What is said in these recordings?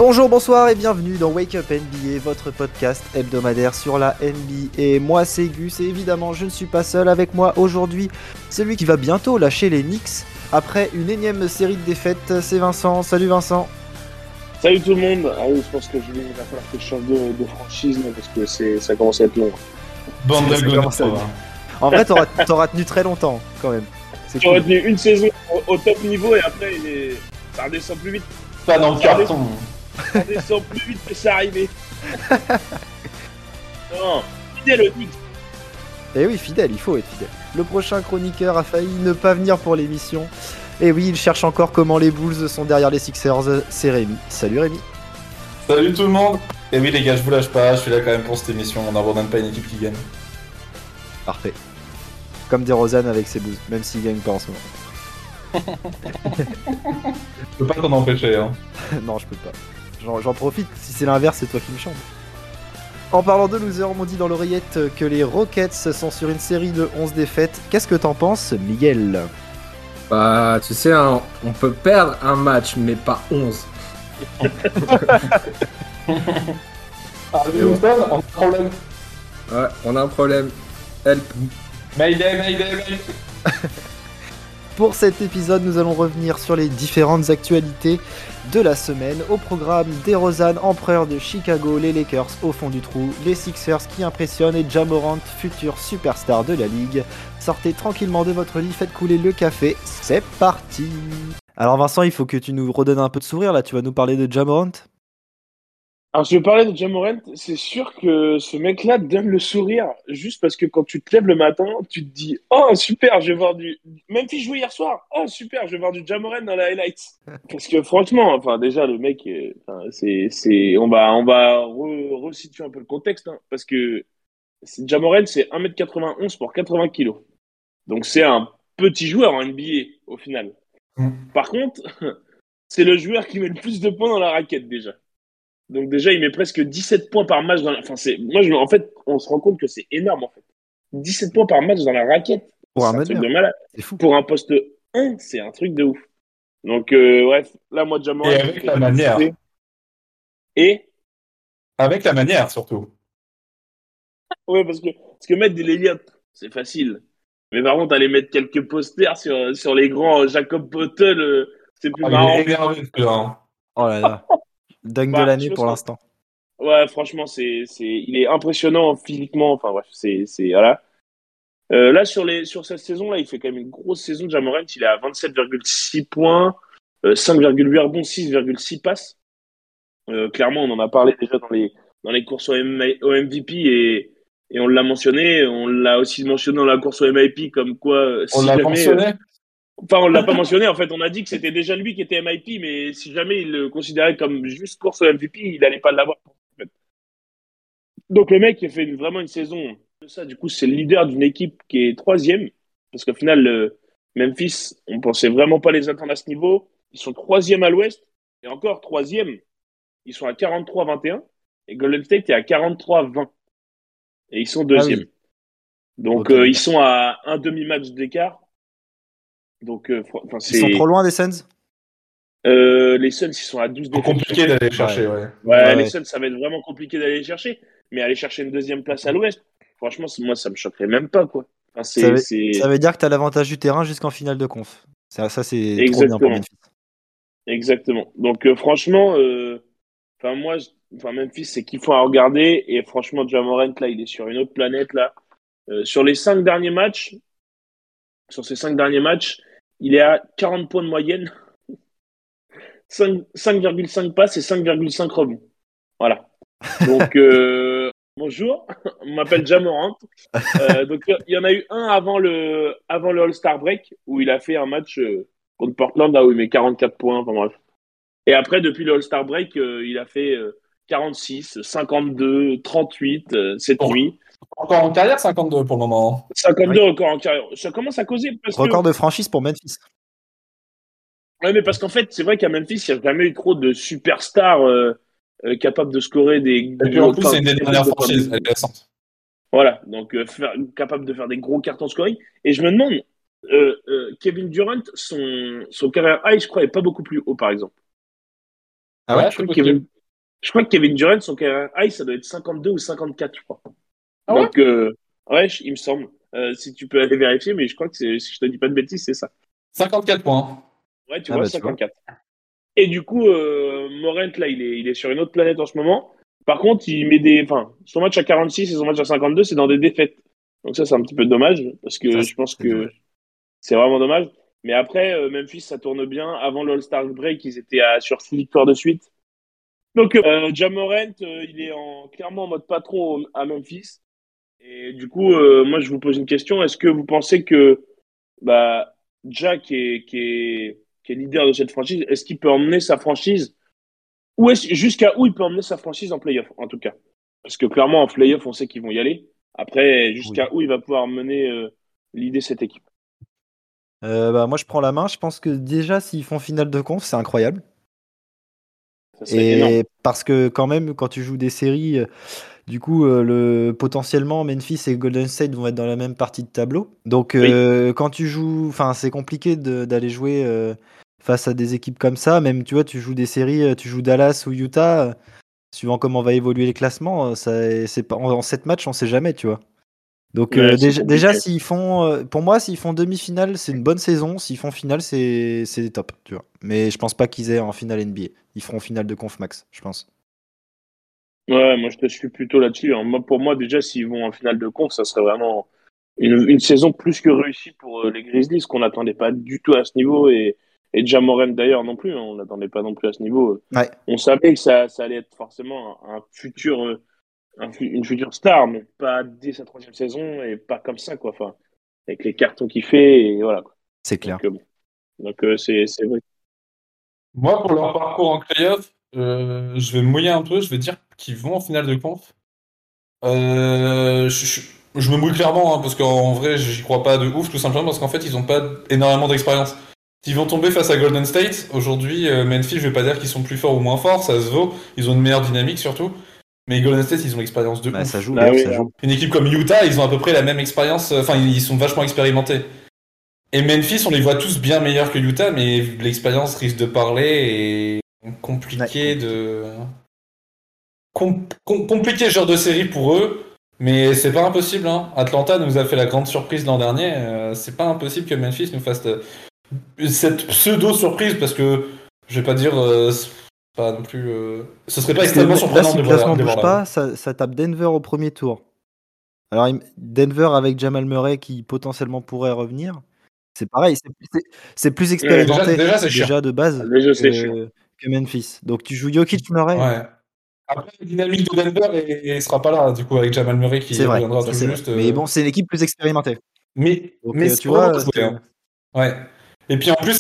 Bonjour, bonsoir et bienvenue dans Wake Up NBA, votre podcast hebdomadaire sur la NBA. Moi c'est Gus et évidemment je ne suis pas seul. Avec moi aujourd'hui, celui qui va bientôt lâcher les Knicks après une énième série de défaites, c'est Vincent. Salut Vincent. Salut tout le monde. Ah oui, je pense que il va falloir que je change de franchise là, parce que ça commence à être long. Bande de commence à être- En vrai t'auras tenu très longtemps quand même. C'est J'aurais cool. tenu une saison au top niveau et après ça redescend plus vite. Pas dans le carton. Ça redescend plus vite que c'est arrivé. Non, fidèle au Knicks. Et oui, fidèle, il faut être fidèle. Le prochain chroniqueur a failli ne pas venir pour l'émission. Et oui, il cherche encore comment les Bulls sont derrière les Sixers, c'est Rémi. Salut Rémi. Salut tout le monde. Et oui les gars, je vous lâche pas, je suis là quand même pour cette émission, on n'abandonne pas une équipe qui gagne. Parfait. Comme DeRozan avec ses Bulls, même s'il gagne pas en ce moment. Je peux pas t'en empêcher hein. Non, je peux pas. J'en profite, si c'est l'inverse, c'est toi qui me chantes. En parlant de loser, on m'a dit dans l'oreillette que les Rockets sont sur une série de 11 défaites. Qu'est-ce que t'en penses, Miguel? Bah, tu sais, hein, on peut perdre un match, mais pas 11. Ah, Houston, on a un problème. Ouais, on a un problème. Help. Mayday. Pour cet épisode, nous allons revenir sur les différentes actualités de la semaine. Au programme, DeRozan, empereur de Chicago, les Lakers au fond du trou, les Sixers qui impressionnent et Ja Morant, futur superstar de la ligue. Sortez tranquillement de votre lit, faites couler le café, c'est parti. Alors Vincent, il faut que tu nous redonnes un peu de sourire là, tu vas nous parler de Ja Morant. Alors je vais parler de Ja Morant. C'est sûr que ce mec-là donne le sourire juste parce que quand tu te lèves le matin, tu te dis oh super, je vais voir du Memphis jouer hier soir. Oh super, je vais voir du Ja Morant dans la highlights. Parce que franchement, enfin déjà le mec, on va resituer un peu le contexte hein, parce que Ja Morant c'est 1m91 pour 80 kilos. Donc c'est un petit joueur en NBA au final. Par contre, c'est le joueur qui met le plus de points dans la raquette déjà. Donc déjà, il met presque 17 points par match dans la... Enfin, en fait, on se rend compte que c'est énorme, en fait. 17 points par match dans la raquette. Pour un C'est un truc meneur, de malade. c'est fou. Pour un poste 1, c'est un truc de ouf. Donc, bref, là, moi, Ja Morant... Et avec la manière. Et Avec la manière surtout. ouais, parce que mettre des layups, c'est facile. Mais par contre, aller mettre quelques posters sur les grands Jacob Poeltl, c'est plus Ah, marrant. il est énervé celui-là. Hein. Oh là là, dunk de Bah, l'année je pour pense l'instant. Ouais, franchement, il est impressionnant physiquement. Enfin bref, voilà. Là, sur cette saison-là, il fait quand même une grosse saison. Ja Morant, il est à 27,6 points, 5,8 rebonds, 6,6 passes. Clairement, on en a parlé déjà dans les courses au MVP et on l'a mentionné. On l'a aussi mentionné dans la course au MIP, comme quoi, On si l'a jamais. mentionné. Enfin, on l'a pas mentionné. En fait, on a dit que c'était déjà lui qui était MIP, mais si jamais il le considérait comme juste course au MVP, il n'allait pas l'avoir. En fait. Donc le mec, il a fait vraiment une saison. Ça, du coup, c'est le leader d'une équipe qui est troisième. Parce qu'au final, Memphis, on pensait vraiment pas les atteindre à ce niveau. Ils sont troisième à l'ouest. Et encore troisième, ils sont à 43-21. Et Golden State est à 43-20. Et ils sont deuxième. Ah oui. Donc, Ok, ils sont à un demi-match d'écart. Donc, Ils sont trop loin des Suns? les Suns, ils sont à 12 C'est défaites. compliqué d'aller chercher, ouais. Ouais, les Ouais. Suns, ça va être vraiment compliqué d'aller les chercher. Mais aller chercher une deuxième place à l'ouest, franchement, moi, ça me choquerait même pas, quoi. Enfin, Ça veut dire que t'as l'avantage du terrain jusqu'en finale de conf. Ça c'est trop bien pour Exactement. Memphis. Exactement. Donc, franchement, Memphis, c'est kiffant à regarder. Et franchement, Ja Morant, là, il est sur une autre planète, là. Sur ces 5 derniers matchs, il est à 40 points de moyenne, 5,5 passes et 5,5 rebonds. Voilà. Donc, bonjour, on m'appelle Ja Morant. Donc, il y en a eu un avant le All-Star Break, où il a fait un match contre Portland, là où il met 44 points. Enfin bref. Et après, depuis le All-Star Break, il a fait 46, 52, 38, cette Bon. nuit. Encore en carrière, 52 pour le moment. 52 Oui. encore en carrière. Ça commence à causer parce Record de franchise pour Memphis. Ouais, mais parce qu'en fait, c'est vrai qu'à Memphis, il n'y a jamais eu trop de superstars capables de scorer des Et puis en gros. plus, c'est une des dernières franchises, elle est récente. Voilà, donc capable de faire des gros cartons scoring. Et je me demande, Kevin Durant, son career high, je crois, est pas beaucoup plus haut, par exemple. Ah ouais, ouais? Je c'est crois que possible. Je crois que Kevin Durant, son career high, ça doit être 52 ou 54, je crois. Ah ouais? Donc, ouais, il me semble. Si tu peux aller vérifier, mais je crois que si je te dis pas de bêtises, c'est ça. 54 points. Ouais, tu Ah vois, bah tu vois. 54. Et du coup, Morant, là, il est sur une autre planète en ce moment. Par contre, enfin, son match à 46 et son match à 52, c'est dans des défaites. Donc ça, c'est un petit peu dommage, parce Ça que je pense c'est que dommage. c'est vraiment dommage. Mais après, Memphis, ça tourne bien. Avant le All-Star Break, ils étaient sur 6 victoires de suite. Donc, Ja Morant, il est clairement en mode patron à Memphis. Et du coup, moi, je vous pose une question. Est-ce que vous pensez que bah, Ja, qui est leader de cette franchise, est-ce qu'il peut emmener sa franchise jusqu'à où il peut emmener sa franchise en playoff, en tout cas? Parce que clairement, en playoff, on sait qu'ils vont y aller. Après, Oui. jusqu'à où il va pouvoir mener l'idée cette équipe? Bah moi je prends la main. Je pense que déjà s'ils font finale de conf, c'est incroyable. Ça serait énorme. Et parce que quand même, quand tu joues des séries, du coup, potentiellement Memphis et Golden State vont être dans la même partie de tableau. Donc Oui. quand tu joues, enfin c'est compliqué d'aller jouer face à des équipes comme ça. Même tu vois, tu joues des séries, tu joues Dallas ou Utah, suivant comment va évoluer les classements, c'est pas en 7 matchs, on sait jamais, tu vois. Donc Ouais, c'est déjà compliqué. s'ils font, pour moi, s'ils font demi-finale, c'est une bonne saison. S'ils font finale, c'est top, tu vois. Mais je pense pas qu'ils aient en finale NBA. Ils feront finale de conf max, je pense. Ouais, moi, je te suis plutôt là-dessus, hein. Moi, pour moi, déjà, s'ils vont en finale de conf, ça serait vraiment une saison plus que réussie pour les Grizzlies, qu'on n'attendait pas du tout à ce niveau. Et Ja Morant, d'ailleurs, non plus, hein. On n'attendait pas non plus à ce niveau. Ouais, On savait que ça allait être forcément un futur, une future star, mais pas dès sa troisième saison et pas comme ça, quoi. Enfin, avec les cartons qu'il fait, et voilà, quoi. c'est clair. Bon. Donc, c'est vrai. Moi, pour leur parcours en playoff, je vais me mouiller un peu, je vais dire qu'ils vont en finale de conf. Je me mouille clairement, hein, parce qu'en vrai, j'y crois pas de ouf, tout simplement parce qu'en fait, ils ont pas énormément d'expérience. S'ils vont tomber face à Golden State, aujourd'hui, Memphis, je vais pas dire qu'ils sont plus forts ou moins forts, ça se vaut. Ils ont une meilleure dynamique surtout. Mais Golden State, ils ont l'expérience de Bah, ça ouf. joue, Ah oui, ça joue. Une équipe comme Utah, ils ont à peu près la même expérience, enfin, ils sont vachement expérimentés. Et Memphis, on les voit tous bien meilleurs que Utah, mais l'expérience risque de parler et Ouais, compliqué compliqué. de. Compliqué ce genre de série pour eux, mais c'est pas impossible. Hein. Atlanta nous a fait la grande surprise l'an dernier. C'est pas impossible que Memphis nous fasse cette pseudo-surprise, parce que je vais pas dire. C'est pas non plus. Ce serait pas Parce que extrêmement là, surprenant si de le les voir, classement de les bouge voir là. pas, ça tape Denver au premier tour. Alors, Denver avec Jamal Murray qui potentiellement pourrait revenir, c'est pareil, c'est plus ouais. expérimenté Déjà, c'est chiant. déjà de base Déjà, c'est chiant. que Memphis. Donc tu joues Jokic Murray, Ouais. Après, la dynamique de Denver sera pas là, du coup, avec Jamal Murray qui c'est vrai, reviendra ça tout c'est vrai. juste. Mais bon, c'est une équipe plus expérimentée. Donc Mais c'est tu vraiment vois, pas joué, hein. Ouais. Et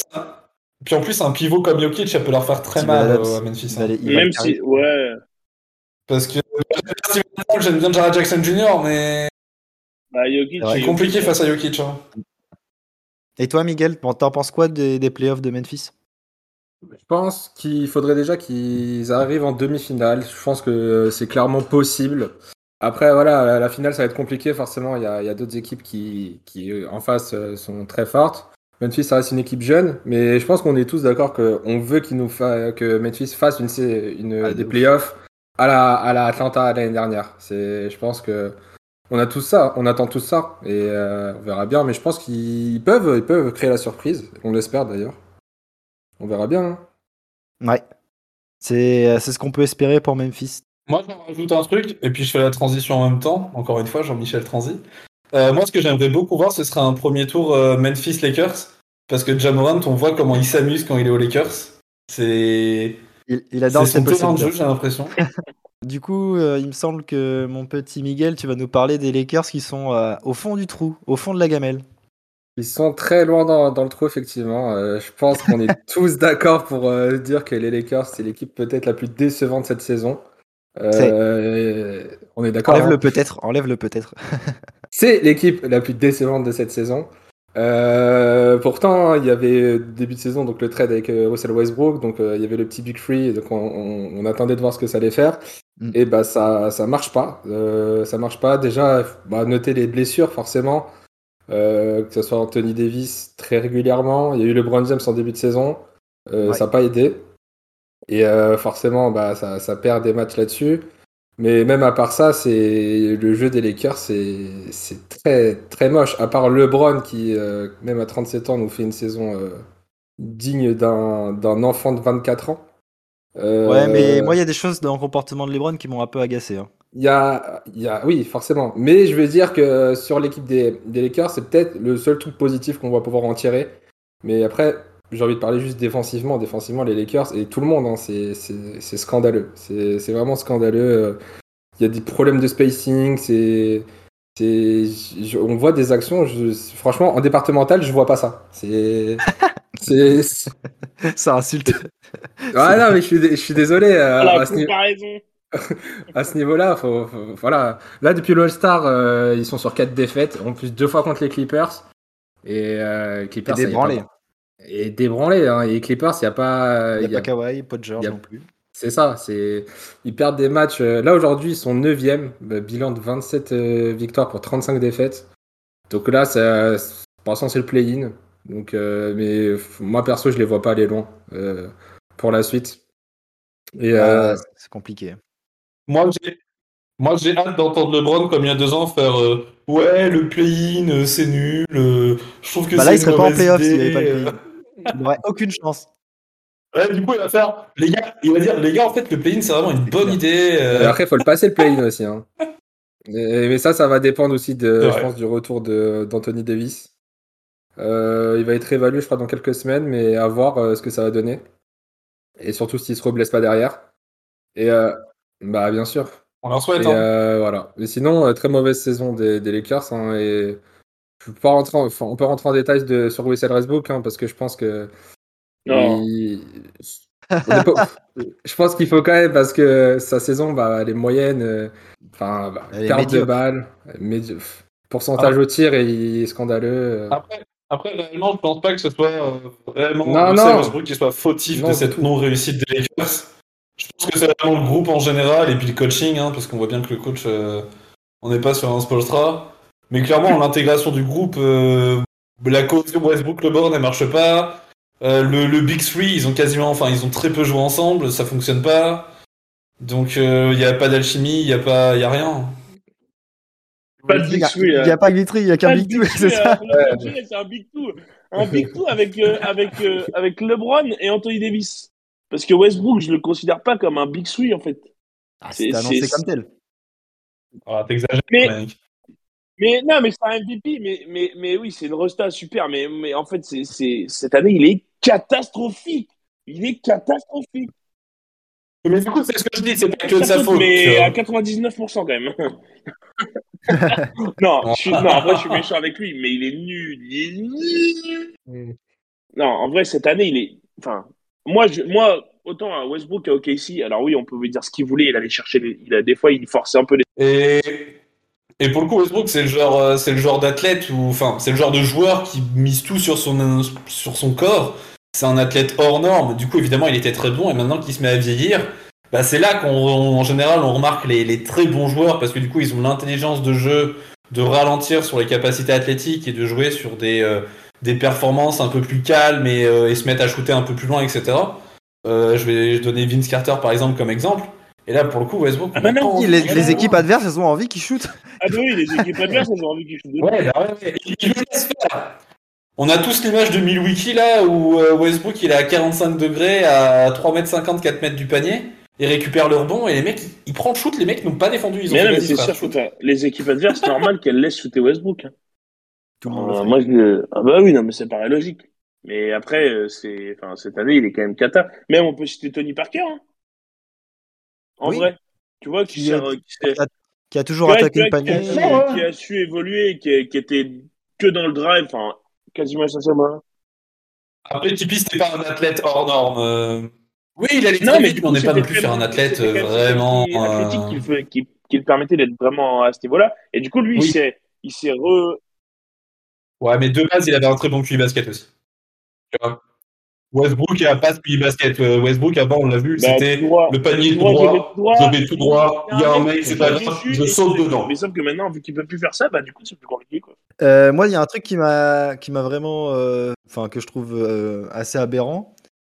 puis en plus, un pivot comme Jokic, ça peut leur faire très Steven mal Adams, à Memphis. il va le Même carry. si, ouais, Parce que j'aime bien Jared Jackson Jr., mais bah, C'est Jokic c'est et vrai. compliqué Jokic, hein. face à Jokic. Hein. Et toi, Miguel, bon, t'en penses quoi des playoffs de Memphis? Je pense qu'il faudrait déjà qu'ils arrivent en demi-finale. Je pense que c'est clairement possible. Après, voilà, la finale, ça va être compliqué. Forcément, il y a d'autres équipes qui en face, sont très fortes. Memphis, ça reste une équipe jeune, mais je pense qu'on est tous d'accord qu'on veut que Memphis fasse Ah, des de ouf. playoffs à la Atlanta l'année dernière. Je pense que on a tous ça, on attend tous ça, et on verra bien. Mais je pense qu'ils peuvent créer la surprise. On l'espère d'ailleurs. On verra bien. Hein. Ouais, c'est ce qu'on peut espérer pour Memphis. Moi, j'en rajoute un truc, et puis je fais la transition en même temps. Encore une fois, Jean-Michel Transi. Moi, ce que j'aimerais beaucoup voir, ce serait un premier tour Memphis-Lakers. Parce que Ja Morant, on voit comment il s'amuse quand il est aux Lakers. C'est Il adore c'est le son Staples terrain de jeu, Center. j'ai l'impression. Du coup, il me semble que mon petit Miguel, tu vas nous parler des Lakers qui sont au fond du trou, au fond de la gamelle. Ils sont très loin dans le trou, effectivement. Je pense qu'on est tous d'accord pour dire que les Lakers, c'est l'équipe peut-être la plus décevante cette saison. C'est On est d'accord, hein. enlève le peut-être. C'est l'équipe la plus décevante de cette saison. Pourtant, il y avait début de saison, donc le trade avec Russell Westbrook, donc il y avait le petit Big Free, donc on attendait de voir ce que ça allait faire. Mm. Et bah ça marche pas. Ça marche pas. Déjà, bah, noter les blessures forcément. Que ce soit Anthony Davis très régulièrement. Il y a eu LeBron James en début de saison. Ouais. Ça n'a pas aidé. Et forcément, bah, ça perd des matchs là-dessus. Mais même à part ça, le jeu des Lakers, c'est très, très moche. À part LeBron qui, même à 37 ans, nous fait une saison digne d'un enfant de 24 ans. Ouais, mais moi, il y a des choses dans le comportement de LeBron qui m'ont un peu agacé. Hein. Oui, forcément. Mais je veux dire que sur l'équipe des Lakers, c'est peut-être le seul truc positif qu'on va pouvoir en tirer. Mais après, j'ai envie de parler juste défensivement. Défensivement, les Lakers et tout le monde, hein, c'est scandaleux. C'est vraiment scandaleux. Il y a des problèmes de spacing. On voit des actions. Franchement, en départemental, je vois pas ça. C'est... Ça insulte. Ah non, mais je suis désolé. La comparaison. À ce niveau-là, voilà. Là, depuis l'All-Star, ils sont sur 4 défaites, en plus 2 fois contre les Clippers. Et Clippers, Et débranlés. Et débranlés. Hein. Et Clippers, il n'y a pas. Il n'y a pas Kawhi, pas de George non plus. C'est ça. Ils perdent des matchs. Là, aujourd'hui, ils sont 9e. Bilan de 27 victoires pour 35 défaites. Donc là, pour l'instant, c'est le play-in. Donc, mais moi, perso, je les vois pas aller loin pour la suite. Et c'est compliqué. Moi, j'ai hâte d'entendre LeBron comme il y a 2 ans faire ouais, le play-in, c'est nul. Je trouve que là, c'est il serait pas en playoff s'il n'y avait idée. pas le play-in. Il n'aurait aucune chance. Ouais, du coup, il va faire il va dire les gars, en fait, le play-in, c'est vraiment une bonne idée. Après, il faut le passer le play-in aussi. Hein. Mais ça va dépendre aussi je pense, du retour d'Anthony Davis. Il va être évalué, je crois, dans quelques semaines, mais à voir ce que ça va donner. Et surtout s'il se reblesse pas derrière. Et bah bien sûr. On leur souhaite. Voilà. Mais sinon, très mauvaise saison des Lakers. Hein, et je peux pas on peut rentrer en détail sur Russell Westbrook, hein, parce que je pense que je pense qu'il faut quand même, parce que sa saison, bah, elle est moyenne. Perte de balles, pourcentage au tir est scandaleux. Après, réellement, je pense pas que ce soit vraiment Russell Westbrook qui soit fautif de cette non-réussite des Lakers. Je pense que c'est vraiment le groupe en général et puis le coaching, hein, parce qu'on voit bien que le coach, on n'est pas sur un Spoelstra. Mais clairement, l'intégration du groupe, la cohésion Westbrook-LeBron, elle marche pas. Le Big Three, ils ont très peu joué ensemble, ça fonctionne pas. Donc il n'y a pas d'alchimie, il y a rien. Pas de Big Three. Il n'y a pas de Big Three, il n'y a qu'un Big Two, c'est ça. Le Big Three, c'est un Big Two. Un Big Two avec LeBron et Anthony Davis. Parce que Westbrook, je le considère pas comme un Big Three, en fait. C'est annoncé comme tel. Ah, t'exagères, mec. Mais non, mais c'est un MVP, mais oui, c'est une rosta super, mais en fait, cette année, il est catastrophique. Il est catastrophique. Mais du coup, c'est ce que je dis, c'est pas que de sa faute. Mais à 99% quand même. Non, après, je suis méchant avec lui, mais il est nul. Il est nul. Non, en vrai, cette année, il est. Enfin, moi, autant à Westbrook à OKC, alors oui, on pouvait dire ce qu'il voulait, il allait chercher. Des fois, il forçait un peu les. Et pour le coup, Westbrook, c'est le genre d'athlète c'est le genre de joueur qui mise tout sur son corps. C'est un athlète hors norme. Du coup, évidemment, il était très bon. Et maintenant qu'il se met à vieillir, bah, c'est là en général, on remarque les très bons joueurs parce que du coup, ils ont l'intelligence de jeu de ralentir sur les capacités athlétiques et de jouer sur des performances un peu plus calmes et se mettre à shooter un peu plus loin, etc. Je vais donner Vince Carter par exemple comme exemple. Et là, pour le coup, Westbrook. Ah bah non, les équipes adverses, elles ont envie qu'ils shootent. Ah bah oui, les équipes adverses, elles ont envie qu'ils shootent. Ouais. Il le laisse faire. On a tous l'image de Milwaukee là où Westbrook il est à 45 degrés à 3,50 m, 4 mètres du panier. Il récupère le rebond et les mecs, il prend le shoot, les mecs n'ont pas défendu. Mais non, mais c'est sûr, les équipes adverses, c'est normal qu'elles laissent shooter Westbrook. Tout le monde Ah bah oui, non, mais ça paraît logique. Mais après, cette année, il est quand même cata. Même on peut citer Tony Parker. Hein. En vrai, tu vois, qui a toujours attaqué le panier. Qui a su évoluer, qui était que dans le drive, enfin, quasiment essentiellement. Après, Tipeee, c'était pas un athlète hors norme. Oui, il allait très vite, mais on n'est pas non plus sur un athlète vraiment athlétique qui le permettait d'être vraiment à ce niveau-là. Et du coup, lui, il s'est Ouais, mais de base, il avait un très bon QI basket aussi. Tu vois. Westbrook a pas de QI basket. Westbrook, avant, on l'a vu, c'était le panier droit, je vais tout droit, il y a un mec, c'est pas grave, je saute dedans. Mais sauf que maintenant, vu qu'il peut plus faire ça, bah du coup, c'est plus compliqué, quoi. Moi, il y a un truc qui m'a vraiment, que je trouve assez aberrant,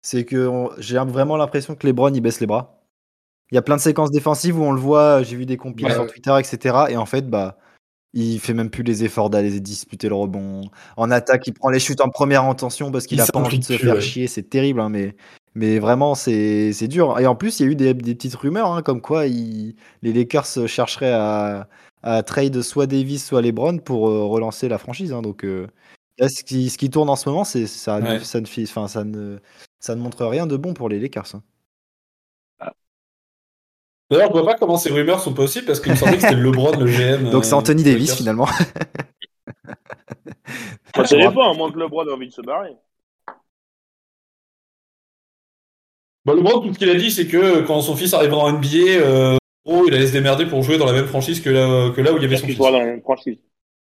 c'est que j'ai vraiment l'impression que LeBron il baisse les bras. Il y a plein de séquences défensives où on le voit, j'ai vu des compiles sur Twitter, etc. Et en fait, il fait même plus les efforts d'aller disputer le rebond. En attaque, il prend les shoots en première intention parce qu'il a pas envie de se faire chier. C'est terrible, hein, mais vraiment, c'est dur. Et en plus, il y a eu des petites rumeurs, hein, comme quoi les Lakers chercheraient à trade soit Davis, soit LeBron pour relancer la franchise. Hein. Donc, là, ce qui tourne en ce moment, ça ne montre rien de bon pour les Lakers. Hein. D'ailleurs, je vois pas comment ces rumeurs sont possibles parce qu'il me semblait que c'était LeBron, le GM. Donc c'est Anthony Davis finalement. Ça dépend, à moins que LeBron ait envie de se barrer. LeBron, tout ce qu'il a dit, c'est que quand son fils arrivera en NBA, il allait se démerder pour jouer dans la même franchise que là où il y avait son fils. Dans la même franchise.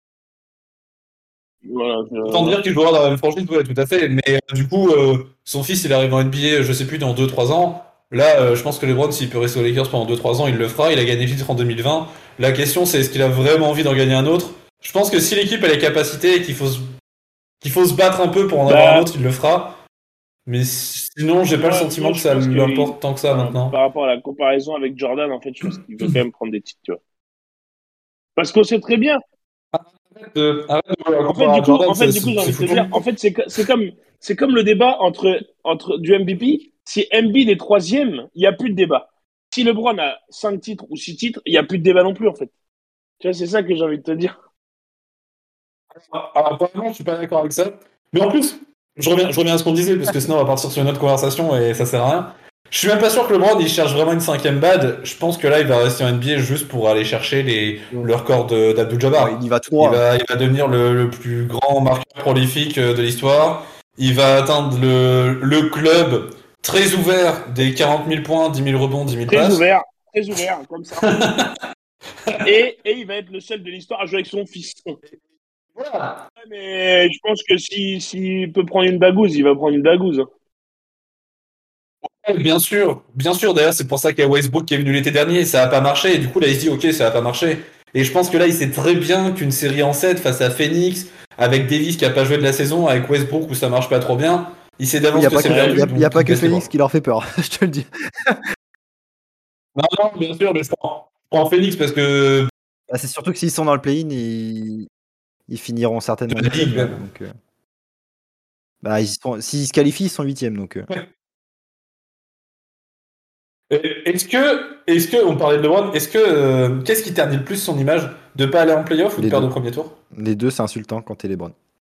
Voilà, Autant dire qu'il jouera dans la même franchise, ouais, tout à fait. Mais du coup, son fils, il arrive en NBA, je sais plus, dans 2-3 ans. Là, je pense que LeBron, s'il peut rester aux Lakers pendant 2-3 ans, il le fera. Il a gagné le titre en 2020. La question, c'est est-ce qu'il a vraiment envie d'en gagner un autre? Je pense que si l'équipe a les capacités et qu'il faut se battre un peu pour en avoir un autre, il le fera. Mais sinon, j'ai pas le sentiment que ça l'importe tant que ça maintenant. Par rapport à la comparaison avec Jordan, en fait, je pense qu'il veut quand même prendre des titres, tu vois. Parce qu'on sait très bien. Arrête de du coup, j'ai envie de te dire, en fait, c'est comme le débat entre du MVP. Si Embiid est 3e, il n'y a plus de débat. Si LeBron a 5 titres ou 6 titres, il n'y a plus de débat non plus, en fait. Tu vois, c'est ça que j'ai envie de te dire. Apparemment, je suis pas d'accord avec ça. Mais en plus, je reviens à ce qu'on disait, parce que sinon on va partir sur une autre conversation et ça sert à rien. Je suis même pas sûr que LeBron il cherche vraiment une 5e bad. Je pense que là il va rester en NBA juste pour aller chercher le record d'Abdul-Jabbar. Il va tout droit. Il va devenir le plus grand marqueur prolifique de l'histoire. Il va atteindre le club très ouvert des 40 000 points, 10 000 rebonds, 10 000 passes. Très ouvert, comme ça. et il va être le seul de l'histoire à jouer avec son fils. Voilà. Mais je pense que s'il peut prendre une bagouze, il va prendre une bagouze. Ouais, bien sûr. D'ailleurs, c'est pour ça qu'il y a Westbrook qui est venu l'été dernier. Ça a pas marché. Et du coup, là, il se dit, ok, ça a pas marché. Et je pense que là, il sait très bien qu'une série en 7 face à Phoenix, avec Davis qui a pas joué de la saison, avec Westbrook où ça marche pas trop bien, il sait d'avance que c'est perdu. Il n'y a pas que Phoenix qui leur fait peur, je te le dis. Non, bien sûr, mais je prends Phoenix parce que. C'est surtout que s'ils sont dans le play-in, ils finiront certainement 8e. S'ils se qualifient, ils sont 8e. Donc, Est-ce que, on parlait de LeBron, qu'est-ce qui ternit le plus son image? De pas aller en playoff ou de perdre au premier tour? Les deux, c'est insultant quand t'es LeBron.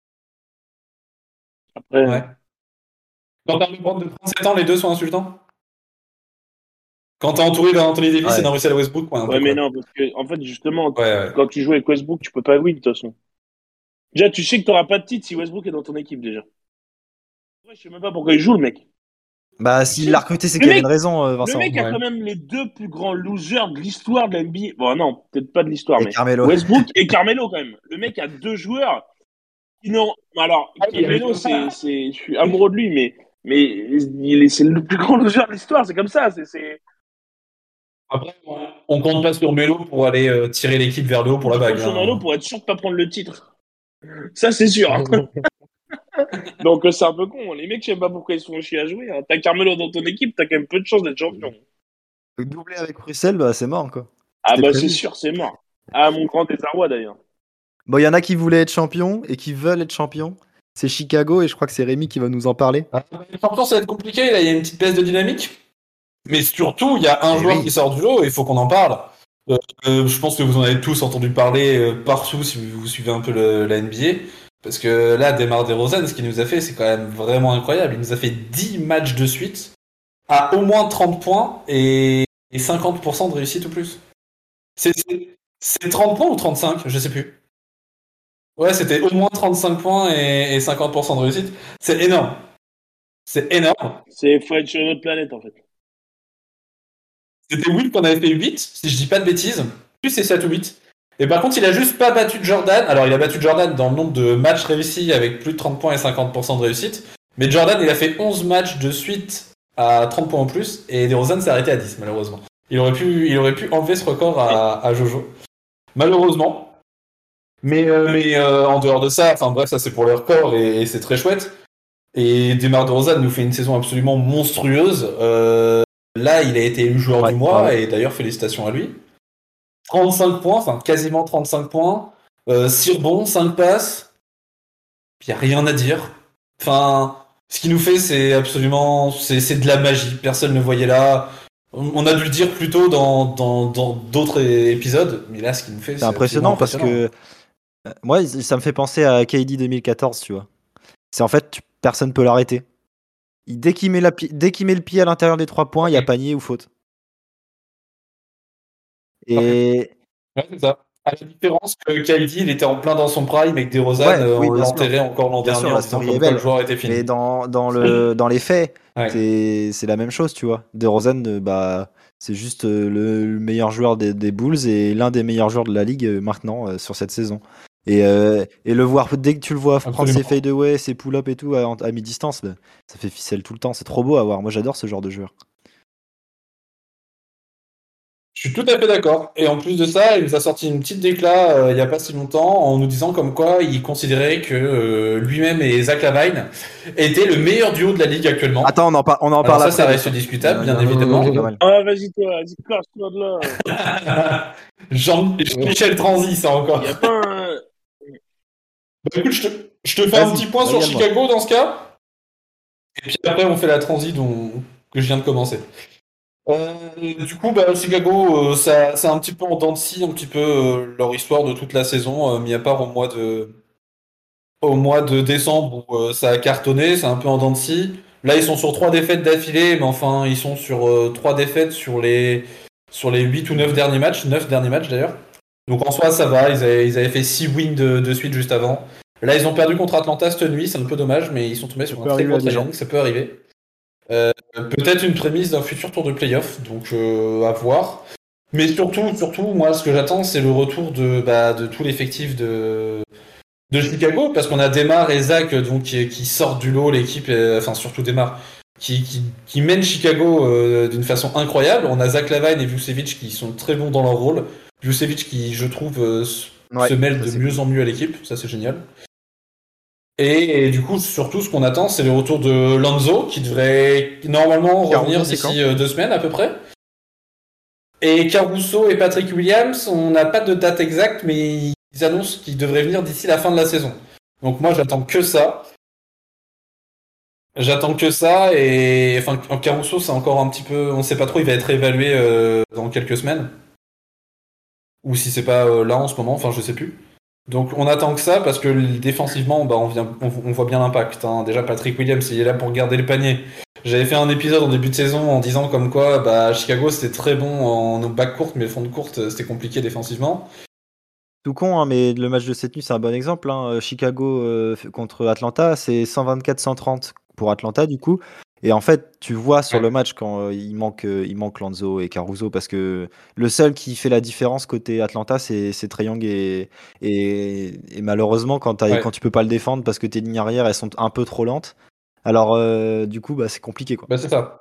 Après, ouais. Quand t'as LeBron de 37 ans, les deux sont insultants? Quand t'es entouré d'un Anthony Davis et d'un Russell Westbrook, mais non, parce que, en fait, justement, quand tu joues avec Westbrook, tu peux pas win, de toute façon. Déjà, tu sais que t'auras pas de titre si Westbrook est dans ton équipe, déjà. Ouais, je sais même pas pourquoi il joue, le mec. S'il l'a recruté, c'est qu'il y avait une raison, Vincent. Le mec a quand même les deux plus grands losers de l'histoire de la NBA. Bon, non, peut-être pas de l'histoire, mais Carmelo. Westbrook et Carmelo, quand même. Le mec a 2 joueurs qui n'ont. Alors, Carmelo, je suis amoureux de lui, mais c'est le plus grand loser de l'histoire, c'est comme ça. Après, on compte pas sur Melo pour aller tirer l'équipe vers le haut pour la bague. On compte sur Melo pour être sûr de pas prendre le titre. Ça, c'est sûr. Donc c'est un peu con. Les mecs, je sais pas pourquoi ils se font chier à jouer. Hein. T'as Carmelo dans ton équipe, t'as quand même peu de chance d'être champion. Doubler avec Russell, c'est mort, quoi. C'est sûr, c'est mort. Mon grand désarroi d'ailleurs. Bon, il y en a qui voulaient être champions et qui veulent être champions. C'est Chicago et je crois que c'est Rémi qui va nous en parler. Les champions, ça va être compliqué. Là, il y a une petite baisse de dynamique. Mais surtout, il y a un joueur qui sort du lot et il faut qu'on en parle. Je pense que vous en avez tous entendu parler partout si vous suivez un peu la NBA. Parce que là, DeMar DeRozan, ce qu'il nous a fait, c'est quand même vraiment incroyable. Il nous a fait 10 matchs de suite à au moins 30 points et 50% de réussite ou plus. C'est 30 points ou 35? Je sais plus. Ouais, c'était au moins 35 points et 50% de réussite. C'est énorme. C'est énorme. Faut être sur une autre planète, en fait. C'était Will qu'on avait fait 8, si je dis pas de bêtises. Plus c'est 7 ou 8. Et par contre, il a juste pas battu Jordan. Alors, il a battu Jordan dans le nombre de matchs réussis avec plus de 30 points et 50% de réussite. Mais Jordan, il a fait 11 matchs de suite à 30 points en plus. Et DeRozan s'est arrêté à 10, malheureusement. Il aurait pu enlever ce record à Jojo. Malheureusement. Mais en dehors de ça, enfin bref, ça c'est pour les records et c'est très chouette. Et DeMar DeRozan nous fait une saison absolument monstrueuse. Là, il a été élu joueur du mois, et d'ailleurs, félicitations à lui. 35 points, enfin quasiment 35 points. 6 rebonds, 5 passes. Il n'y a rien à dire. Enfin, ce qu'il nous fait, c'est absolument... C'est de la magie. Personne ne voyait là. On a dû le dire plus tôt dans d'autres épisodes, mais là, ce qu'il nous fait, c'est impressionnant parce que moi, ça me fait penser à KD 2014, tu vois. C'est en fait, personne peut l'arrêter. Dès qu'il met le pied à l'intérieur des 3 points, il y a panier ou faute. Et ouais, c'est ça. À la différence que KD, il était en plein dans son prime et que DeRozan, on l'enterrait encore l'an dernier en disant comme quoi le joueur était fini. Mais dans les faits, c'est la même chose, tu vois. DeRozan, c'est juste le meilleur joueur des Bulls et l'un des meilleurs joueurs de la ligue maintenant sur cette saison. Et le voir, dès que tu le vois prendre ses fadeaway, ses pull-up et tout à mi-distance, ça fait ficelle tout le temps. C'est trop beau à voir. Moi, j'adore ce genre de joueur. Je suis tout à fait d'accord. Et en plus de ça, il nous a sorti une petite déclat il n'y a pas si longtemps en nous disant comme quoi il considérait que lui-même et Zach LaVine étaient le meilleur duo de la ligue actuellement. Attends, on en parle après. Ça reste discutable, bien évidemment. Ah, vas-y, casse-toi de là. Jean-Michel Transi, ça encore. Il n'y a pas un... écoute, je te fais un petit point sur Chicago dans ce cas. Et puis après, on fait la transi que je viens de commencer. Du coup, Chicago, c'est un petit peu en dents de scie, un petit peu leur histoire de toute la saison, mis à part au mois de décembre où ça a cartonné, c'est un peu en dents de scie. Là, ils sont sur 3 défaites d'affilée, mais enfin, ils sont sur 3 défaites sur les 8 ou 9 derniers matchs, 9 derniers matchs d'ailleurs. Donc en soi, ça va, ils avaient fait 6 wins de suite juste avant. Là, ils ont perdu contre Atlanta cette nuit, c'est un peu dommage, mais ils sont tombés sur un très gros triangle, ça peut arriver. Peut-être une prémisse d'un futur tour de playoff, donc à voir. Mais surtout, moi, ce que j'attends, c'est le retour de tout l'effectif de Chicago, parce qu'on a Demar et Zach donc, qui sortent du lot, l'équipe, enfin surtout Demar, qui mène Chicago d'une façon incroyable. On a Zach LaVine et Vucevic qui sont très bons dans leur rôle. Vucevic qui, je trouve, se mêle de mieux en mieux à l'équipe, ça c'est génial. Et du coup, surtout, ce qu'on attend, c'est le retour de Lonzo, qui devrait normalement revenir d'ici 2 semaines à peu près. Et Caruso et Patrick Williams, on n'a pas de date exacte, mais ils annoncent qu'ils devraient venir d'ici la fin de la saison. Donc moi, j'attends que ça. Et enfin, Caruso, c'est encore un petit peu... On sait pas trop, il va être évalué dans quelques semaines. Ou si c'est pas là en ce moment, enfin je sais plus. Donc on attend que ça parce que défensivement on voit bien l'impact. Hein. Déjà Patrick Williams il est là pour garder le panier. J'avais fait un épisode en début de saison en disant comme quoi Chicago c'était très bon en back courte mais le fond de courte c'était compliqué défensivement. Tout con hein, mais le match de cette nuit c'est un bon exemple. Hein. Chicago contre Atlanta c'est 124-130 pour Atlanta du coup. Et en fait, tu vois sur le match quand il manque Lonzo et Caruso parce que le seul qui fait la différence côté Atlanta, c'est Trae Young et malheureusement quand tu peux pas le défendre parce que tes lignes arrière elles sont un peu trop lentes. Alors du coup c'est compliqué quoi. C'est ça.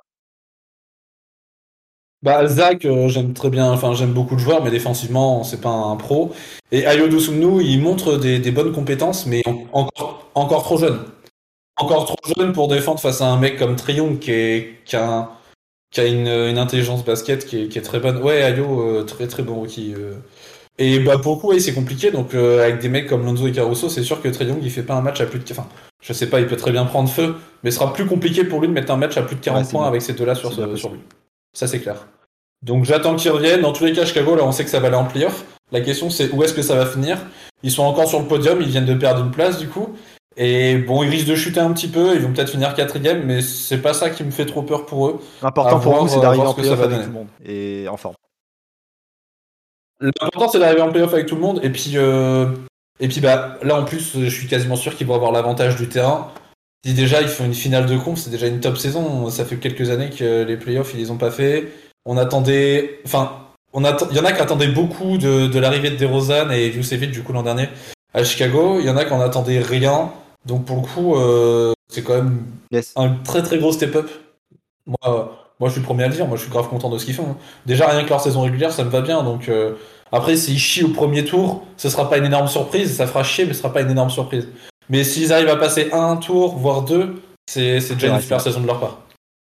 Zach, j'aime très bien, enfin j'aime beaucoup le joueur, mais défensivement c'est pas un pro. Et Ayo Dosunmu, il montre des bonnes compétences, mais encore trop jeune. Encore trop jeune pour défendre face à un mec comme Trae Young qui a une intelligence basket qui est très bonne. Ouais, Ayo, très très bon rookie. Et pour le coup, c'est compliqué. Donc avec des mecs comme Lonzo et Caruso, c'est sûr que Trae Young il fait pas un match à plus de... Enfin, je sais pas, il peut très bien prendre feu, mais ce sera plus compliqué pour lui de mettre un match à plus de 40 points avec ces deux-là sur lui. Ça c'est clair. Donc j'attends qu'ils reviennent. Dans tous les cas, Chicago, là on sait que ça va aller en playoff. La question c'est où est-ce que ça va finir. Ils sont encore sur le podium, ils viennent de perdre une place du coup. Et bon, ils risquent de chuter un petit peu, ils vont peut-être finir 4ème, mais c'est pas ça qui me fait trop peur pour eux. L'important pour vous, c'est d'arriver en playoff avec tout le monde et en forme. L'important, c'est d'arriver en playoff avec tout le monde, et puis là en plus, je suis quasiment sûr qu'ils vont avoir l'avantage du terrain. Si déjà ils font une finale de conf, c'est déjà une top saison. Ça fait quelques années que les playoffs ils les ont pas fait. On attendait, il y en a qui attendaient beaucoup de l'arrivée de DeRozan et Vucevic du coup l'an dernier à Chicago. Il y en a qui en attendaient rien. Donc pour le coup, c'est quand même un très très gros step-up. Moi, je suis le premier à le dire. Moi, je suis grave content de ce qu'ils font. Hein. Déjà, rien que leur saison régulière, ça me va bien. Donc après, s'ils chient au premier tour, ce sera pas une énorme surprise. Ça fera chier, mais ce sera pas une énorme surprise. Mais s'ils arrivent à passer un tour, voire 2, c'est déjà vrai, une super saison de leur part.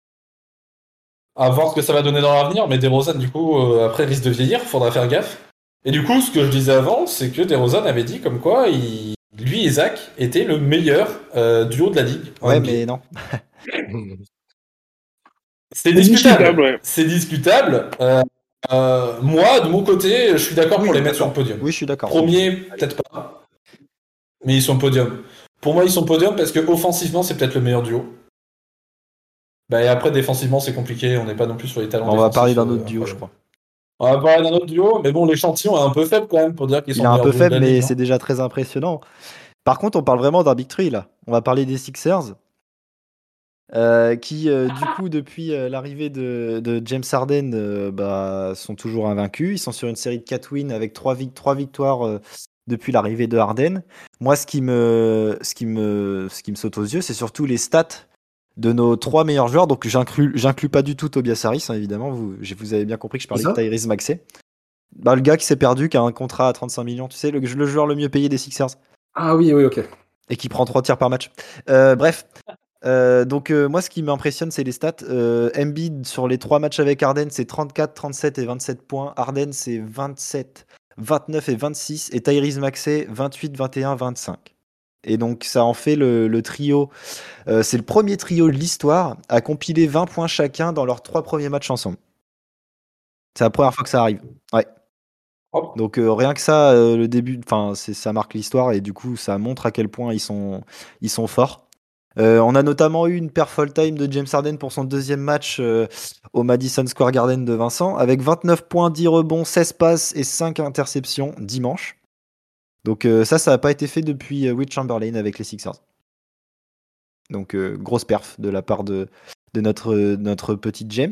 À voir ce que ça va donner dans l'avenir, mais DeRozan, du coup, après, risque de vieillir, faudra faire gaffe. Et du coup, ce que je disais avant, c'est que DeRozan avait dit comme quoi lui et Zach étaient le meilleur duo de la ligue en Ouais, NBA. mais non. C'est discutable, ouais. C'est discutable. Moi, de mon côté, je suis d'accord Oui, pour les mettre sur le podium. Oui, je suis d'accord. Premier, peut-être pas, mais ils sont podium. Pour moi, ils sont podium parce que offensivement, c'est peut-être le meilleur duo. Bah, et après, défensivement, c'est compliqué. On n'est pas non plus sur les talents On va défensifs. parler d'un autre duo, je crois. On va parler d'un autre duo, mais bon, l'échantillon est un peu faible quand même pour dire qu'ils sont Il est le un meilleur peu duo de faible, la mais ligue. c'est déjà très impressionnant. Par contre, on parle vraiment d'un Big Three, là. On va parler des Sixers. Qui, du coup, depuis l'arrivée de James Harden, sont toujours invaincus. Ils sont sur une série de 4 wins avec 3 victoires depuis l'arrivée de Harden. Moi, ce qui me saute aux yeux, c'est surtout les stats de nos 3 meilleurs joueurs. Donc, j'inclus pas du tout Tobias Harris, hein, évidemment. Vous avez bien compris que je parlais de Tyrese Maxey. Le gars qui s'est perdu, qui a un contrat à 35 millions, tu sais, le joueur le mieux payé des Sixers. Ah oui, ok. Et qui prend 3 tirs par match. Bref. Donc moi ce qui m'impressionne c'est les stats. Embiid sur les 3 matchs avec Harden c'est 34, 37 et 27 points. Harden c'est 27, 29 et 26. Et Tyrese Maxey 28, 21, 25. Et donc ça en fait le trio. C'est le premier trio de l'histoire à compiler 20 points chacun dans leurs 3 premiers matchs ensemble. C'est la première fois que ça arrive. Ouais. Donc rien que ça, le début, ça marque l'histoire et du coup ça montre à quel point ils sont forts. On a notamment eu une perf all-time de James Harden pour son deuxième match au Madison Square Garden de Vincent, avec 29 points, 10 rebonds, 16 passes et 5 interceptions dimanche. Donc ça n'a pas été fait depuis Wilt Chamberlain avec les Sixers. Donc grosse perf de la part de notre petit James.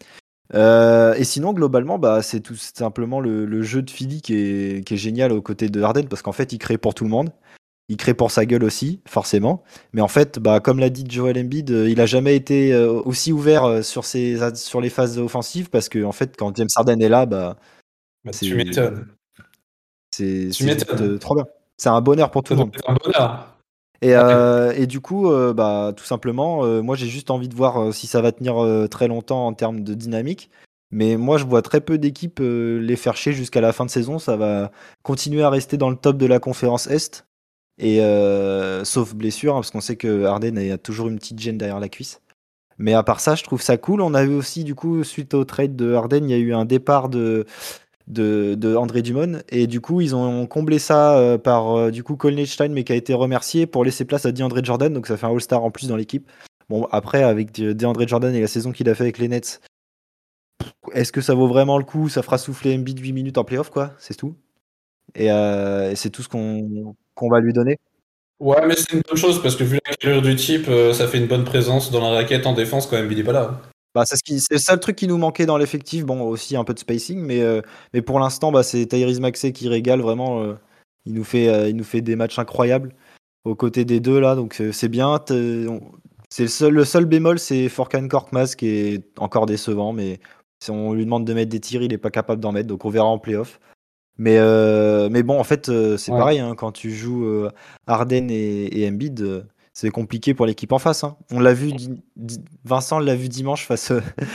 Et sinon, globalement, c'est tout simplement le jeu de Philly qui est génial aux côtés de Harden, parce qu'en fait, il crée pour tout le monde. Il crée pour sa gueule aussi, forcément. Mais en fait, comme l'a dit Joel Embiid, il a jamais été aussi ouvert sur les phases offensives parce que en fait, quand James Harden est là, tu m'étonnes. C'est juste trop bien. C'est un bonheur pour tout le monde. C'est un bonheur. Et du coup, tout simplement, moi j'ai juste envie de voir si ça va tenir très longtemps en termes de dynamique. Mais moi, je vois très peu d'équipes les faire chier jusqu'à la fin de saison. Ça va continuer à rester dans le top de la conférence Est. Et sauf blessure, hein, parce qu'on sait que Harden a toujours une petite gêne derrière la cuisse. Mais à part ça, je trouve ça cool. On a eu aussi, du coup, suite au trade de Harden, il y a eu un départ de André Drummond. Et du coup, ils ont comblé ça par du coup Colin Stein, mais qui a été remercié pour laisser place à DeAndre Jordan. Donc ça fait un All-Star en plus dans l'équipe. Bon, après, avec DeAndre Jordan et la saison qu'il a fait avec les Nets, est-ce que ça vaut vraiment le coup? Ça fera souffler Embiid 8 minutes en playoff, quoi. C'est tout. Et c'est tout ce qu'on va lui donner. Ouais, mais c'est une bonne chose parce que vu la carrure du type, ça fait une bonne présence dans la raquette en défense quand Embiid est pas là. C'est le seul truc qui nous manquait dans l'effectif. Bon, aussi un peu de spacing, mais pour l'instant, c'est Tyrese Maxey qui régale vraiment. Il nous fait des matchs incroyables aux côtés des deux là, donc c'est bien. C'est le seul bémol, c'est Furkan Korkmaz qui est encore décevant, mais si on lui demande de mettre des tirs, il est pas capable d'en mettre, donc on verra en playoff. Mais bon, en fait, c'est pareil, hein, quand tu joues Harden et Embiid, c'est compliqué pour l'équipe en face. Hein. On l'a vu, Vincent l'a vu dimanche face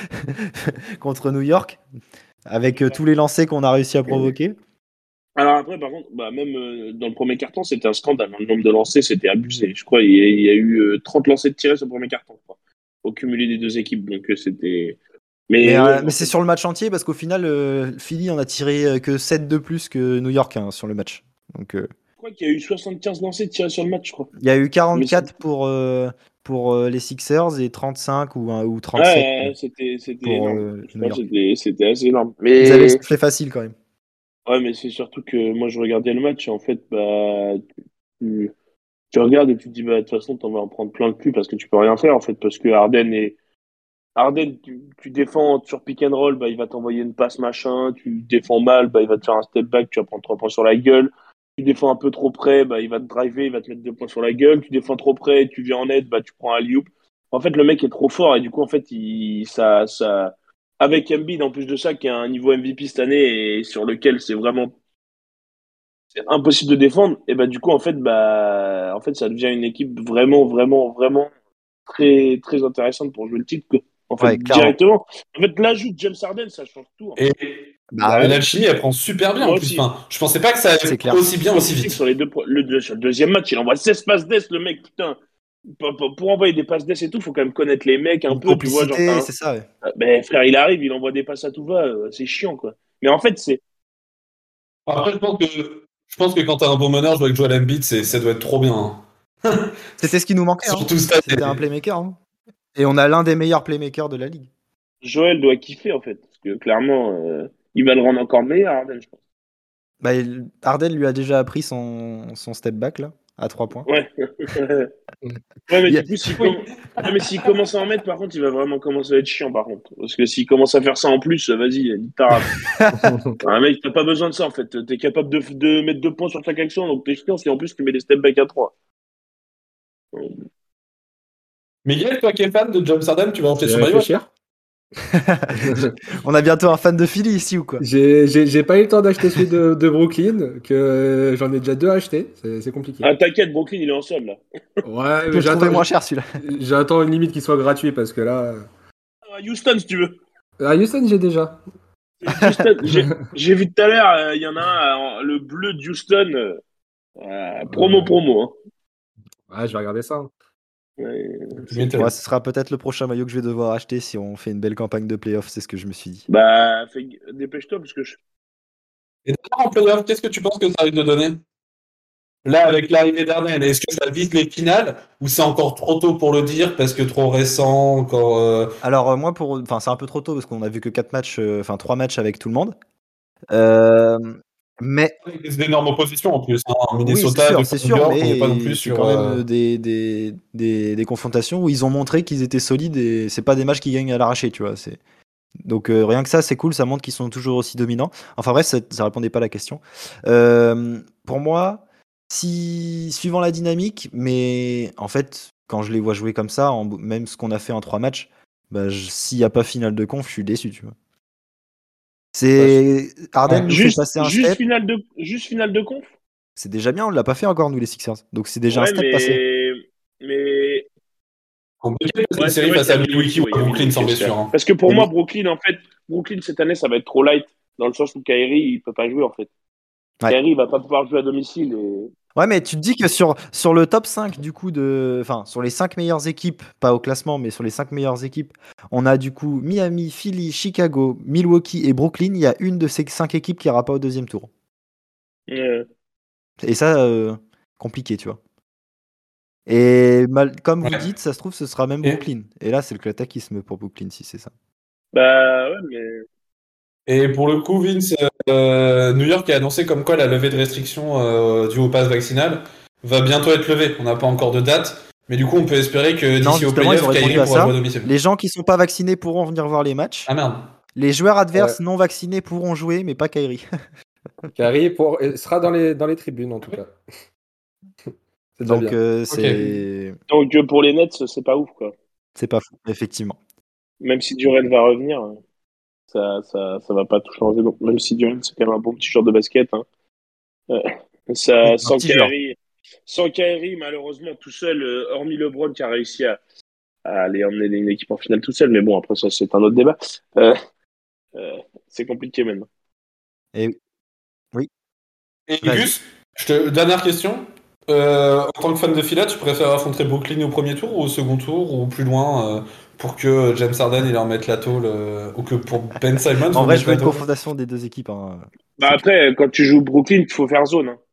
contre New York, avec tous les lancers qu'on a réussi à provoquer. Alors après, par contre, même dans le premier carton, c'était un scandale. Le nombre de lancers, c'était abusé. Je crois qu'il y a eu 30 lancers de tirés sur le premier carton, je crois, au cumulé des deux équipes. Donc c'était... Mais c'est sur le match entier, parce qu'au final, Philly en a tiré que 7 de plus que New York sur le match. Donc, je crois qu'il y a eu 75 lancers tirés sur le match, je crois. Il y a eu 44 pour les Sixers et 35 ou 37 ouais, c'était pour énorme. New York. C'était assez énorme. Mais... Ils avaient fait facile quand même. Ouais, mais c'est surtout que moi, je regardais le match et en fait, tu regardes et tu te dis, de toute façon, t'en vas en prendre plein le cul parce que tu peux rien faire, en fait, parce que Harden, tu défends sur pick and roll, il va t'envoyer une passe machin, tu défends mal, il va te faire un step back, tu vas prendre 3 points sur la gueule. Tu défends un peu trop près, il va te driver, il va te mettre 2 points sur la gueule. Tu défends trop près, tu viens en aide, tu prends un alley-oop. En fait, le mec est trop fort et du coup, en fait, avec Embiid, en plus de ça, qui a un niveau MVP cette année et sur lequel c'est impossible de défendre, et du coup, en fait, ça devient une équipe vraiment, vraiment, vraiment très, très intéressante pour jouer le titre, quoi. En fait, Ouais, clairement. directement. En fait, l'ajout de James Harden, ça change tout. Et Bah ouais. l'alchimie, elle prend super bien Moi en plus. aussi. Enfin, je pensais pas que ça C'est allait clair. aussi bien, aussi vite. Sur le deuxième match, il envoie 16 passes d'ess, le mec, putain. Pour envoyer des passes d'ess et tout, faut quand même connaître les mecs un Une peu, tu vois. complicité, c'est ça, ouais. Ben, frère, il arrive, il envoie des passes à tout va, c'est chiant, quoi. Mais en fait, c'est. Après, je pense que quand t'as un bon meneur, jouer avec Joel Embiid, ça doit être trop bien. Hein. C'était ce qui nous manquait. Hein. Surtout ça. C'était un playmaker. Hein. Et on a l'un des meilleurs playmakers de la ligue. Joël doit kiffer, en fait. Parce que clairement, il va le rendre encore meilleur, Harden, je pense. Bah, Harden lui a déjà appris son step back là, à 3 points. Ouais. Ouais, mais Il y a- du coup, ouais, mais s'il commence à en mettre, par contre, il va vraiment commencer à être chiant, par contre. Parce que s'il commence à faire ça en plus, vas-y, nique ta race. Un mec, t'as pas besoin de ça, en fait. T'es capable de mettre 2 points sur chaque action, donc t'es chiant si en plus tu mets des step back à 3. Miguel, toi qui es fan de James Harden, tu vas acheter Je son vais maillot? réfléchir. On a bientôt un fan de Philly ici ou quoi? J'ai pas eu le temps d'acheter celui de Brooklyn, que j'en ai déjà 2 achetés. C'est compliqué. Ah, t'inquiète, Brooklyn, il est en solde, là. Ouais, Tu peux le trouver moins cher celui-là. J'attends une limite qu'il soit gratuit parce que là. Ah, Houston, si tu veux. À Houston, j'ai déjà. Houston, j'ai vu tout à l'heure, il y en a un, le bleu de Houston, promo, hein. Ouais, je vais regarder ça. Ouais, Tu m'étonnes. Ouais, ce sera peut-être le prochain maillot que je vais devoir acheter si on fait une belle campagne de playoff, c'est ce que je me suis dit. bah, dépêche-toi, parce que Et d'ailleurs, en playoff, qu'est-ce que tu penses que ça risque de donner? Là, avec l'arrivée d'Harden, est-ce que ça vise les finales ou c'est encore trop tôt pour le dire parce que trop récent, encore. Alors moi enfin c'est un peu trop tôt parce qu'on a vu que 4 matchs, enfin 3 matchs avec tout le monde. Mais Avec des énormes oppositions en plus. Hein. oui, Minnesota, c'est New sûr, York, on n'est pas non mais plus c'est sur. quand même des confrontations où ils ont montré qu'ils étaient solides et c'est pas des matchs qui gagnent à l'arraché, tu vois. Donc rien que ça, c'est cool, ça montre qu'ils sont toujours aussi dominants. Enfin bref, ça répondait pas à la question. Pour moi, suivant la dynamique, mais en fait, quand je les vois jouer comme ça, même ce qu'on a fait en 3 matchs, bah, s'il n'y a pas finale de conf, je suis déçu, tu vois. Harden nous fait passer un juste step. finale de conf. C'est déjà bien, on l'a pas fait encore nous les Sixers. Donc c'est déjà un Ouais, step passé. mais Compliqué parce que ouais, la c'est série vrai face qu'il y à a Milwaukee ou à Brooklyn sans blessure. Hein. Parce que pour Et moi, Brooklyn, en fait, cette année, ça va être trop light, dans le sens où Kyrie, il peut pas jouer, en fait. Ouais. Kyrie, il va pas pouvoir jouer à domicile. Ouais, mais tu te dis que sur le top 5 du coup enfin sur les 5 meilleures équipes, pas au classement, mais sur les 5 meilleures équipes, on a du coup Miami, Philly, Chicago, Milwaukee et Brooklyn. Il y a une de ces 5 équipes qui ira pas au deuxième tour. Et ça, compliqué, tu vois. Et comme vous dites, ça se trouve, ce sera même Brooklyn. Et là, c'est le cataclysme pour Brooklyn si c'est ça. Bah ouais, mais. Et pour le coup, Vince, New York a annoncé comme quoi la levée de restrictions due au pass vaccinal va bientôt être levée. On n'a pas encore de date, mais du coup, on peut espérer que d'ici au playoff, Kyrie pourra jouer à domicile. Les gens qui sont pas vaccinés pourront venir voir les matchs. Ah merde. Les joueurs adverses non vaccinés pourront jouer, mais pas Kyrie. Kyrie sera dans les tribunes en tout cas. Donc c'est. Donc pour les Nets, c'est pas ouf, quoi. C'est pas fou, effectivement. Même si Durant va revenir, ça va pas tout changer. Donc même si Durant c'est quand même un bon petit joueur de basket, hein. Sans Kyrie, malheureusement tout seul, hormis LeBron qui a réussi à aller emmener une équipe en finale tout seul, mais bon après ça c'est un autre débat. C'est compliqué maintenant. Et oui. Et Gus, dernière question. En tant que fan de Phila, tu préfères affronter Brooklyn au premier tour ou au second tour ou plus loin pour que James Harden il en mette la taulle ou que pour Ben Simmons en vrai, je veux une confrontation des deux équipes. Hein. Bah après, quand tu joues Brooklyn, il faut faire zone. Hein.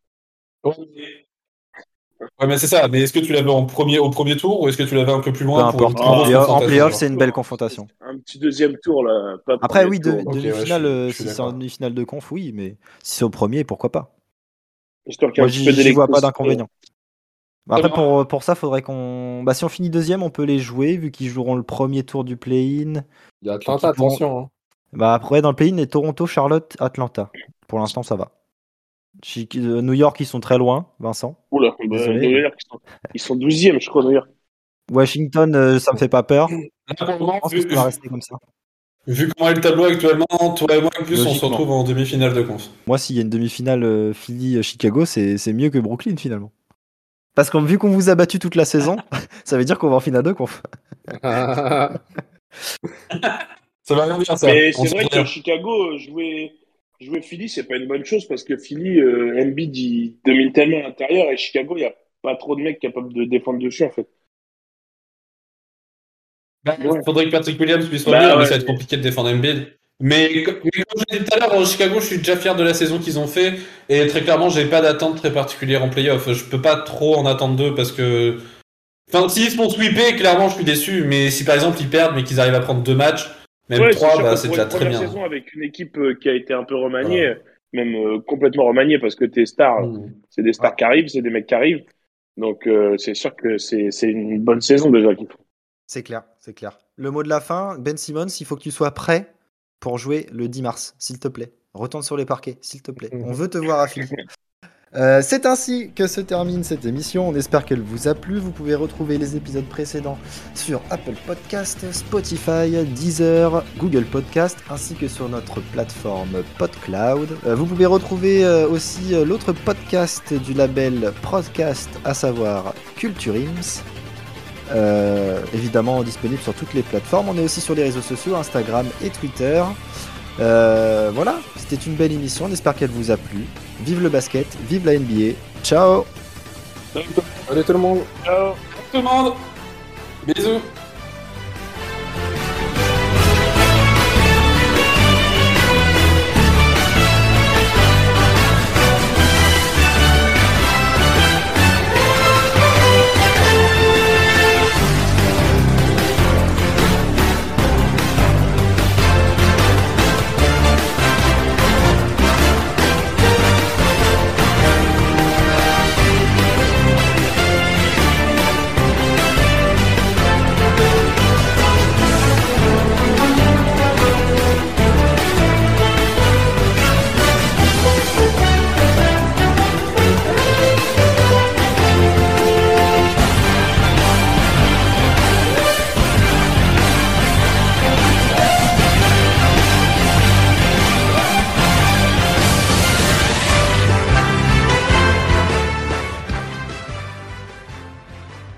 Ouais, mais c'est ça. Mais est-ce que tu l'avais au premier tour ou est-ce que tu l'avais un peu plus loin pour en playoff, c'est une belle confrontation. Un petit deuxième tour là. Après, oui, demi-finale, si c'est en demi-finale de conf, oui, mais si c'est au premier, pourquoi pas. Moi, j'y vois pas d'inconvénient. Après, pour ça, faudrait qu'on. Bah, si on finit deuxième, on peut les jouer, vu qu'ils joueront le premier tour du play-in. Il y a Atlanta, attention. Hein. Bah, après, dans le play-in, il y a Toronto, Charlotte, Atlanta. Pour l'instant, ça va. New York, ils sont très loin, Vincent. Oula, New York, ils sont 12e, je crois, New York. Washington, ça me fait pas peur. Là, pour le moment, je pense que ça va rester comme ça. Vu comment est le tableau actuellement, toi et moi, en plus, on se retrouve en demi-finale de conf. Moi, s'il y a une demi-finale Philly-Chicago, c'est mieux que Brooklyn, finalement. Parce que vu qu'on vous a battu toute la saison, ça veut dire qu'on va en finale de conf. Ça va rien dire, ça. Mais On c'est se vrai prend. que Chicago, jouer Philly, c'est pas une bonne chose parce que Philly, Embiid, il domine tellement à l'intérieur et Chicago, il n'y a pas trop de mecs capables de défendre dessus, en fait. Il faudrait que Patrick Williams puisse Bah revenir, mais ouais, ça va être compliqué de défendre Embiid. Mais comme je l'ai dit tout à l'heure, Chicago, je suis déjà fier de la saison qu'ils ont fait. Et très clairement, j'ai pas d'attente très particulière en playoff. Je peux pas trop en attendre d'eux parce que. Enfin, s'ils se font sweeper, clairement, je suis déçu. Mais si par exemple ils perdent, mais qu'ils arrivent à prendre 2 matchs, même ouais, c'est 3, sûr bah, que c'est pour déjà une très première bien. saison avec une équipe qui a été un peu remaniée, Voilà. même complètement remaniée parce que tes stars, c'est des stars Ouais. qui arrivent, c'est des mecs qui arrivent. Donc c'est sûr que c'est une bonne saison déjà qu'ils font. C'est clair, c'est clair. Le mot de la fin, Ben Simmons, il faut que tu sois prêt pour jouer le 10 mars, s'il te plaît. Retourne sur les parquets, s'il te plaît. On veut te voir à Philly. C'est ainsi que se termine cette émission. On espère qu'elle vous a plu. Vous pouvez retrouver les épisodes précédents sur Apple Podcast, Spotify, Deezer, Google Podcast, ainsi que sur notre plateforme PodCloud. Vous pouvez retrouver aussi l'autre podcast du label Podcast, à savoir Culture Ims. Évidemment disponible sur toutes les plateformes. On est aussi sur les réseaux sociaux, Instagram et Twitter. Voilà, c'était une belle émission. On espère qu'elle vous a plu. Vive le basket, vive la NBA. Ciao. Salut tout le monde. Ciao. Tout le monde, bisous.